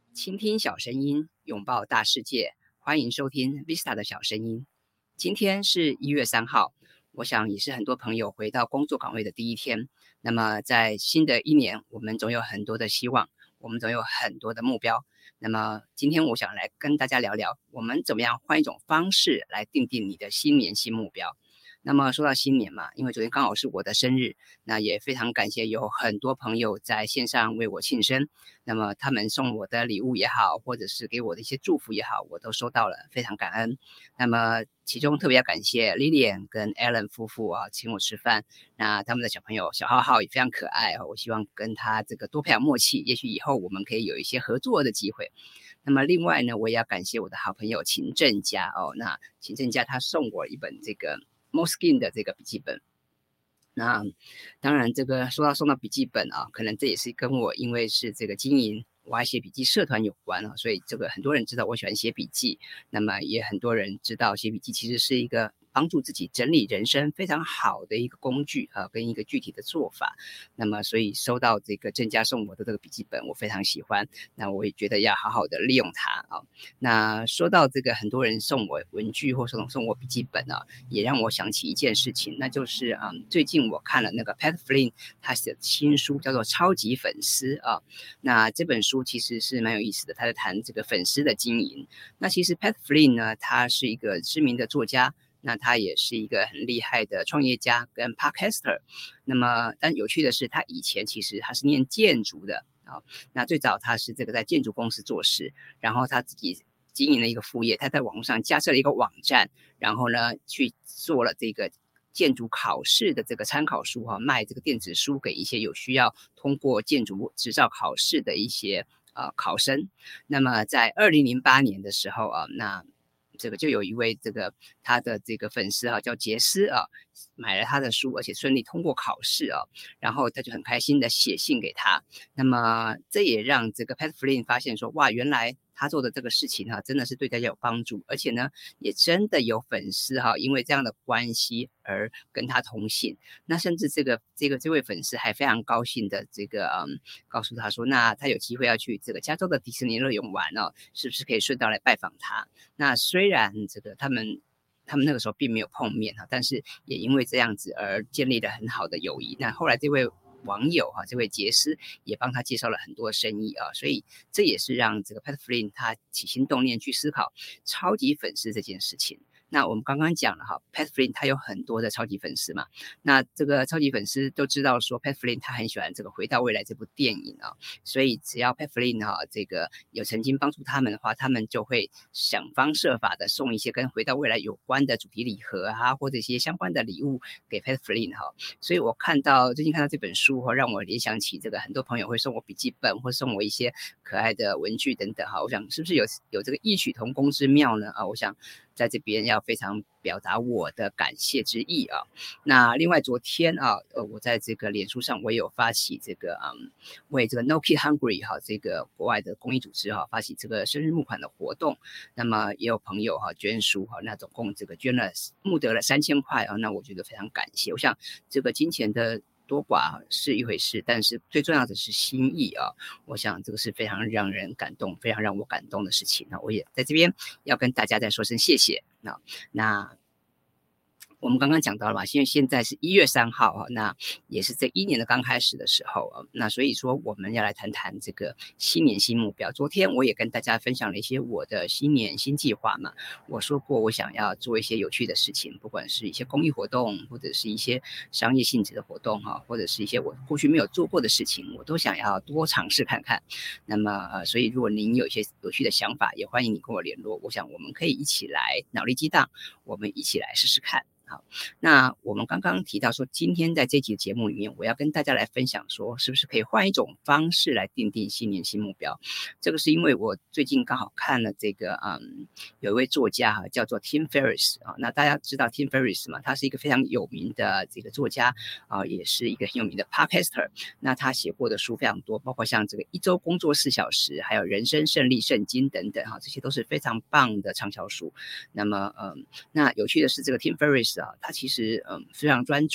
倾听小声音，拥抱大世界。欢迎收听 Vista 的小声音。今天是1月3号，我想也是很多朋友回到工作岗位的第一天。那么在新的一年，我们总有很多的希望，我们总有很多的目标。那么今天我想来跟大家聊聊，我们怎么样换一种方式来定定你的新年新目标。那么说到新年嘛，因为昨天刚好是我的生日，那也非常感谢有很多朋友在线上为我庆生。那么他们送我的礼物也好，或者是给我的一些祝福也好，我都收到了，非常感恩。那么其中特别要感谢 Lilian 跟 Alan 夫妇请我吃饭。那他们的小朋友小浩浩也非常可爱我希望跟他这个多培养默契，也许以后我们可以有一些合作的机会。那么另外呢，我也要感谢我的好朋友秦正佳那秦正佳他送我一本这个 Moleskine 的这个笔记本。那当然，这个说到送到笔记本可能这也是跟我因为是这个经营我爱写笔记社团有关所以这个很多人知道我喜欢写笔记，那么也很多人知道写笔记其实是一个帮助自己整理人生非常好的一个工具跟一个具体的做法。那么所以收到这个郑家送我的这个笔记本，我非常喜欢，那我也觉得要好好的利用它那说到这个很多人送我文具或送我笔记本也让我想起一件事情，那就是最近我看了那个 Pat Flynn 他写的新书叫做《超级粉丝》那这本书其实是蛮有意思的，他在谈这个粉丝的经营。那其实 Pat Flynn 呢，他是一个知名的作家，那他也是一个很厉害的创业家跟 podcaster。那么但有趣的是，他以前其实他是念建筑的那最早他是这个在建筑公司做事，然后他自己经营了一个副业，他在网络上架设了一个网站，然后呢去做了这个建筑考试的这个参考书卖这个电子书给一些有需要通过建筑执照考试的一些考生。那么在2008年的时候那这个就有一位这个他的这个粉丝叫杰斯买了他的书，而且顺利通过考试然后他就很开心的写信给他。那么这也让这个 Pat Flynn 发现说，哇，原来他做的这个事情真的是对大家有帮助，而且呢，也真的有粉丝因为这样的关系而跟他同行。那甚至这位粉丝还非常高兴的告诉他说，那他有机会要去这个加州的迪士尼乐园玩是不是可以顺道来拜访他？那虽然这个他们那个时候并没有碰面但是也因为这样子而建立了很好的友谊。那后来这位网友这位杰斯也帮他介绍了很多生意所以这也是让这个 Pat Flynn 他起心动念去思考超级粉丝这件事情。那我们刚刚讲了Pat Flynn 他有很多的超级粉丝嘛，那这个超级粉丝都知道说 Pat Flynn 他很喜欢这个回到未来这部电影所以只要 Pat Flynn 这个有曾经帮助他们的话，他们就会想方设法的送一些跟回到未来有关的主题礼盒或者一些相关的礼物给 Pat Flynn 所以我最近看到这本书让我联想起这个很多朋友会送我笔记本或送我一些可爱的文具等等我想是不是有这个异曲同工之妙呢我想在这边要非常表达我的感谢之意那另外昨天我在这个脸书上我也有发起这个为这个 No Kid Hungry 这个国外的公益组织发起这个生日募款的活动。那么也有朋友捐书那总共这个募得了3000块那我觉得非常感谢。我想这个金钱的多寡是一回事，但是最重要的是心意我想这个是非常让人感动，非常让我感动的事情我也在这边要跟大家再说声谢谢。那我们刚刚讲到了嘛，因为现在是1月3号那也是这一年的刚开始的时候那所以说我们要来谈谈这个新年新目标。昨天我也跟大家分享了一些我的新年新计划嘛，我说过我想要做一些有趣的事情，不管是一些公益活动，或者是一些商业性质的活动或者是一些我过去没有做过的事情，我都想要多尝试看看。那么所以如果您有一些有趣的想法，也欢迎你跟我联络，我想我们可以一起来脑力激荡，我们一起来试试看。好，那我们刚刚提到说，今天在这集节目里面，我要跟大家来分享说，是不是可以换一种方式来定定新年新目标？这个是因为我最近刚好看了这个有一位作家叫做 Tim Ferriss 那大家知道 Tim Ferriss 嘛？他是一个非常有名的这个作家也是一个很有名的 podcaster。那他写过的书非常多，包括像这个一周工作4小时，还有人生胜利圣经等等这些都是非常棒的畅销书。那么那有趣的是，这个 Tim Ferriss他其实非常专注，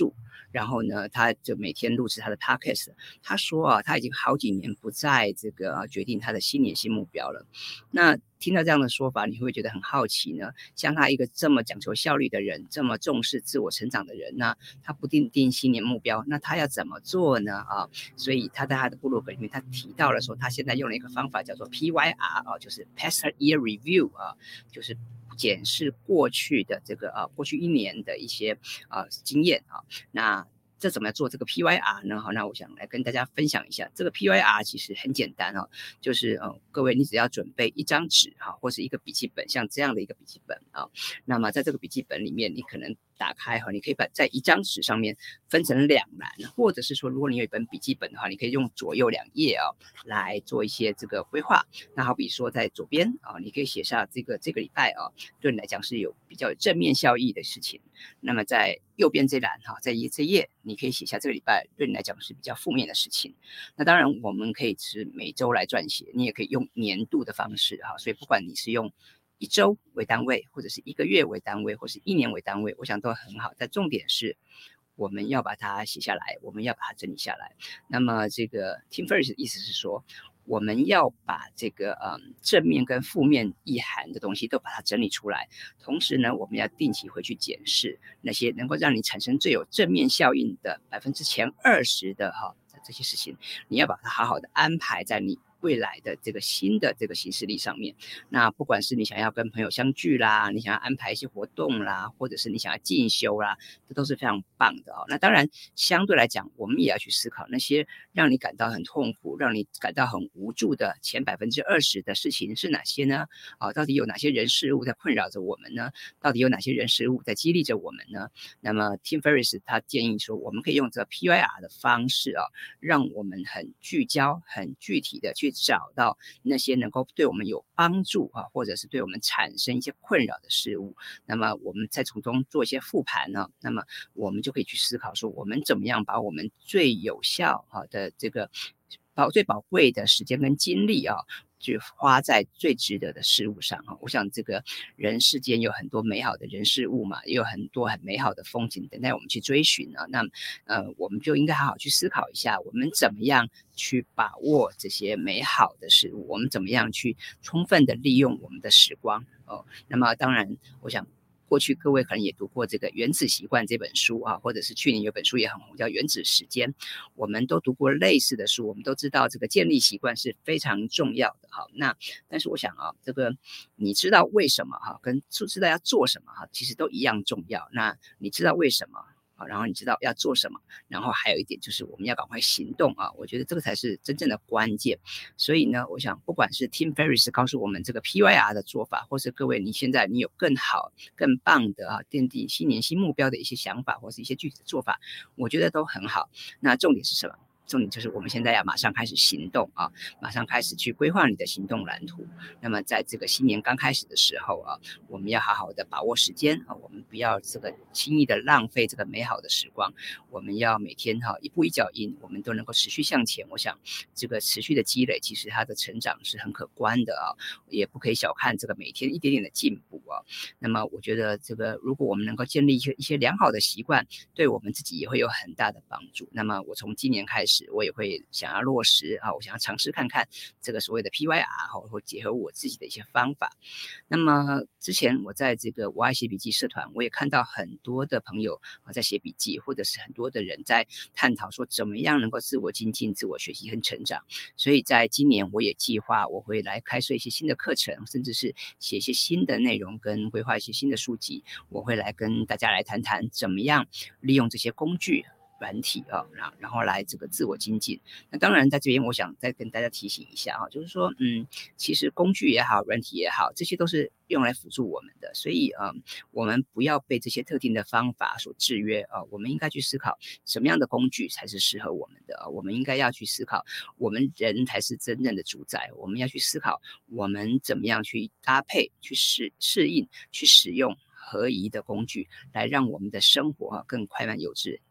然后呢，他就每天录制他的 podcast。他说啊，他已经好几年不再这个决定他的新年新目标了。那听到这样的说法，你会不会觉得很好奇呢？像他一个这么讲求效率的人，这么重视自我成长的人，那他不定新年目标，那他要怎么做呢？所以他在他的部落格里面，他提到了说，他现在用了一个方法叫做 PYR 就是 Past Year Review 就是检视过去的这个过去一年的一些经验那这怎么做这个 PYR 呢？好，那我想来跟大家分享一下，这个 PYR 其实很简单就是各位你只要准备一张纸或是一个笔记本，像这样的一个笔记本那么在这个笔记本里面，你可能打开你可以把在一张纸上面分成2栏，或者是说，如果你有一本笔记本的话，你可以用左右2页来做一些这个规划。那好比说在左边你可以写下这个礼拜对你来讲是有比较有正面效益的事情。那么在右边这栏在这页你可以写下这个礼拜对你来讲是比较负面的事情。那当然我们可以是每周来撰写，你也可以用年度的方式所以不管你是用1周为单位，或者是1个月为单位，或是1年为单位，我想都很好。但重点是我们要把它写下来，我们要把它整理下来。那么这个 Tim Ferriss 的意思是说，我们要把这个正面跟负面意涵的东西都把它整理出来，同时呢，我们要定期回去检视那些能够让你产生最有正面效应的前20%的这些事情，你要把它好好的安排在你未来的这个新的这个行事历上面。那不管是你想要跟朋友相聚啦，你想要安排一些活动啦，或者是你想要进修啦，这都是非常棒的那当然相对来讲，我们也要去思考那些让你感到很痛苦，让你感到很无助的前20%的事情是哪些呢？到底有哪些人事物在困扰着我们呢？到底有哪些人事物在激励着我们呢？那么 Tim Ferriss 他建议说，我们可以用这 PYR 的方式让我们很聚焦、很具体的去找到那些能够对我们有帮助或者是对我们产生一些困扰的事物。那么我们再从中做一些复盘呢，那么我们就可以去思考说，我们怎么样把我们最有效的这个最宝贵的时间跟精力去花在最值得的事物上我想这个人世间有很多美好的人事物嘛，也有很多很美好的风景等待我们去追寻那我们就应该好好去思考一下，我们怎么样去把握这些美好的事物，我们怎么样去充分的利用我们的时光那么当然我想过去各位可能也读过这个《原子习惯》这本书或者是去年有本书也很红，叫《原子时间》。我们都读过类似的书，我们都知道这个建立习惯是非常重要的那但是我想这个你知道为什么跟知道要做什么其实都一样重要。那你知道为什么然后你知道要做什么，然后还有一点就是我们要赶快行动我觉得这个才是真正的关键。所以呢，我想不管是 Tim Ferriss 告诉我们这个 PYR 的做法，或是各位你现在你有更好更棒的奠定新年新目标的一些想法，或是一些具体的做法，我觉得都很好。那重点是什么？重点就是我们现在要马上开始行动马上开始去规划你的行动蓝图。那么在这个新年刚开始的时候我们要好好的把握时间我们不要这个轻易的浪费这个美好的时光。我们要每天一步一脚印，我们都能够持续向前。我想这个持续的积累，其实它的成长是很可观的也不可以小看这个每天一点点的进步那么我觉得这个如果我们能够建立一些良好的习惯，对我们自己也会有很大的帮助。那么我从今年开始，我也会想要落实我想要尝试看看这个所谓的 PYR 或结合我自己的一些方法。那么之前我在这个我爱写笔记社团，我也看到很多的朋友在写笔记，或者是很多的人在探讨说怎么样能够自我精进、自我学习和成长。所以在今年我也计划我会来开设一些新的课程，甚至是写一些新的内容跟规划一些新的书籍。我会来跟大家来谈谈怎么样利用这些工具软体然后来这个自我精进。那当然在这边我想再跟大家提醒一下就是说其实工具也好，软体也好，这些都是用来辅助我们的。所以我们不要被这些特定的方法所制约我们应该去思考什么样的工具才是适合我们的我们应该要去思考我们人才是真正的主宰。我们要去思考我们怎么样去搭配、去适应、去使用合宜的工具，来让我们的生活更快慢有致，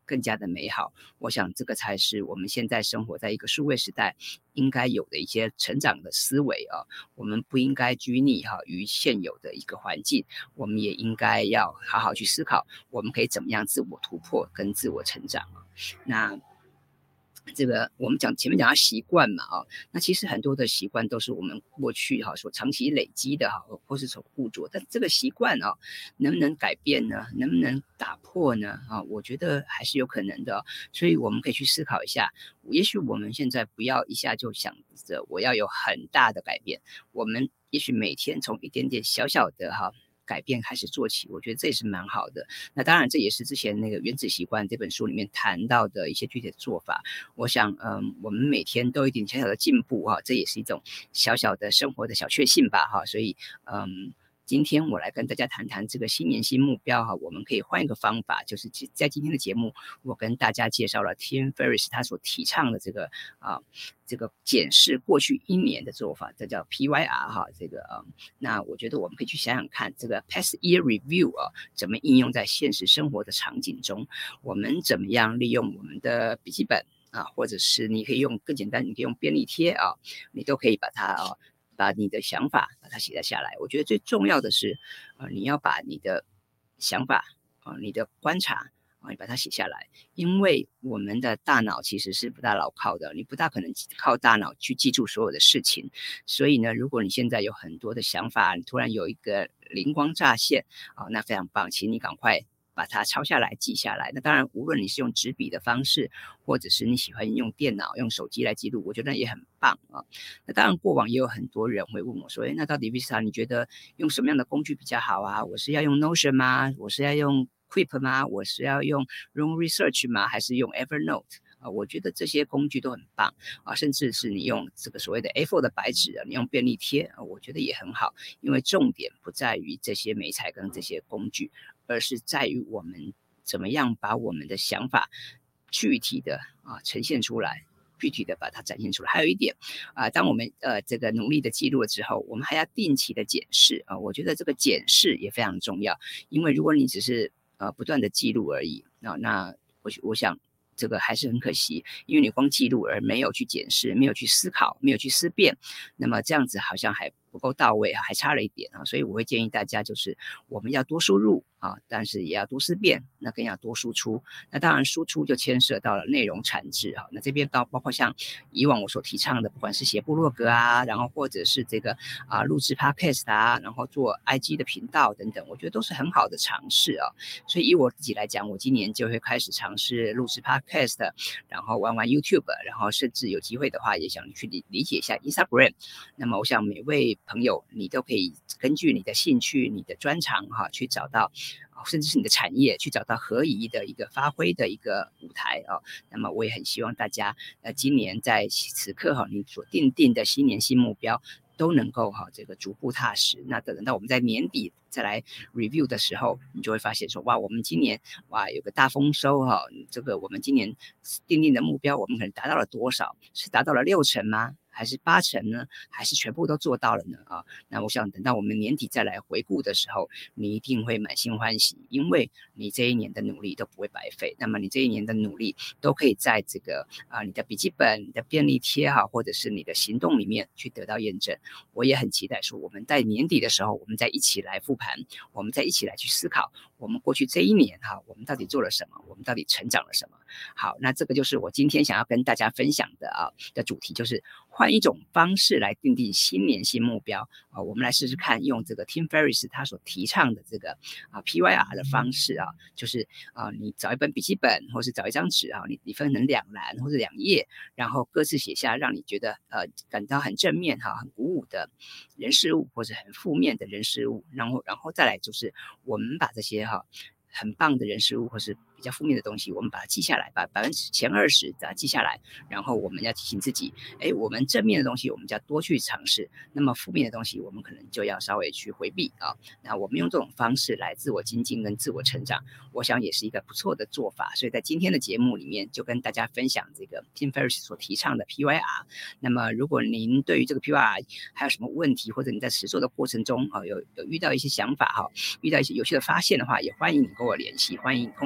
更加的美好。我想这个才是我们现在生活在一个数位时代应该有的一些成长的思维啊。我们不应该拘泥于现有的一个环境，我们也应该要好好去思考，我们可以怎么样自我突破跟自我成长啊。那这个我们前面讲到习惯嘛那其实很多的习惯都是我们过去所长期累积的或是所固着，但这个习惯能不能改变呢？能不能打破呢？我觉得还是有可能的所以我们可以去思考一下，也许我们现在不要一下就想着我要有很大的改变，我们也许每天从一点点小小的改变开始做起，我觉得这也是蛮好的。那当然，这也是之前那个《原子习惯》这本书里面谈到的一些具体的做法。我想，我们每天都有一点小小的进步这也是一种小小的生活的小确幸吧所以，今天我来跟大家谈谈这个新年新目标我们可以换一个方法，就是在今天的节目，我跟大家介绍了 Tim Ferriss 他所提倡的这个检视过去一年的做法，这叫 PYR 那我觉得我们可以去想想看，这个 Past Year Review 怎么应用在现实生活的场景中，我们怎么样利用我们的笔记本或者是你可以用更简单，你可以用便利贴你都可以把它把你的想法把它写下来。我觉得最重要的是，你要把你的想法你的观察你把它写下来，因为我们的大脑其实是不大牢靠的，你不大可能靠大脑去记住所有的事情。所以呢，如果你现在有很多的想法，你突然有一个灵光乍现那非常棒，请你赶快把它抄下来、记下来。那当然，无论你是用纸笔的方式，或者是你喜欢用电脑、用手机来记录，我觉得也很棒那当然，过往也有很多人会问我说：“那到底 Vista 你觉得用什么样的工具比较好啊？我是要用 Notion 吗？我是要用 Keep 吗？我是要用 Room Research 吗？还是用 Evernote？” 我觉得这些工具都很棒甚至是你用这个所谓的 A4 的白纸你用便利贴我觉得也很好，因为重点不在于这些媒材跟这些工具，而是在于我们怎么样把我们的想法具体的呈现出来。具体的把它展现出来。还有一点当我们这个努力的记录了之后，我们还要定期的检视我觉得这个检视也非常重要，因为如果你只是不断的记录而已那我想这个还是很可惜，因为你光记录而没有去检视，没有去思考，没有去思辨，那么这样子好像还不够到位还差了一点所以我会建议大家就是我们要多输入但是也要多思辨，那更要多输出。那当然输出就牵涉到了内容产制那这边包括像以往我所提倡的，不管是写部落格然后或者是这个录制 podcast 然后做 IG 的频道等等，我觉得都是很好的尝试所以以我自己来讲，我今年就会开始尝试录制 podcast， 然后玩 YouTube， 然后甚至有机会的话也想去理解一下 Instagram。 那么我想每位朋友你都可以根据你的兴趣、你的专长去找到甚至是你的产业去找到合宜的一个发挥的一个舞台那么我也很希望大家今年在此刻你所定的新年新目标都能够这个逐步踏实。那等到我们在年底再来 review 的时候，你就会发现说哇，我们今年有个大丰收这个我们今年定的目标我们可能达到了多少？是达到了6成吗？还是8成呢？还是全部都做到了呢那我想等到我们年底再来回顾的时候，你一定会满心欢喜，因为你这一年的努力都不会白费。那么你这一年的努力都可以在这个你的笔记本、你的便利贴或者是你的行动里面去得到验证。我也很期待说我们在年底的时候，我们再一起来复盘，我们再一起来去思考我们过去这一年我们到底做了什么，我们到底成长了什么。好，那这个就是我今天想要跟大家分享的主题，就是换一种方式来定新年新目标我们来试试看用这个 Tim Ferriss 他所提倡的这个PYR 的方式就是你找一本笔记本或是找一张纸你分成2栏或者2页，然后各自写下让你觉得感到很正面很鼓舞的人事物，或者很负面的人事物，然后再来就是我们把这些很棒的人事物或是比较负面的东西，我们把它记下来，把前20%把它记下来，然后我们要提醒自己，我们正面的东西我们就要多去尝试，那么负面的东西我们可能就要稍微去回避那我们用这种方式来自我精进跟自我成长，我想也是一个不错的做法。所以在今天的节目里面就跟大家分享这个 Tim Ferriss 所提倡的 PYR。 那么如果您对于这个 PYR 还有什么问题，或者你在实作的过程中有遇到一些想法遇到一些有趣的发现的话，也欢迎你跟我联系，欢迎跟我一起分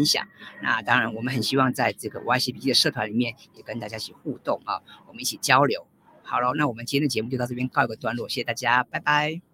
分享。那当然，我们很希望在这个 YCP 的社团里面也跟大家一起互动啊，我们一起交流。好了，那我们今天的节目就到这边告一个段落，谢谢大家，拜拜。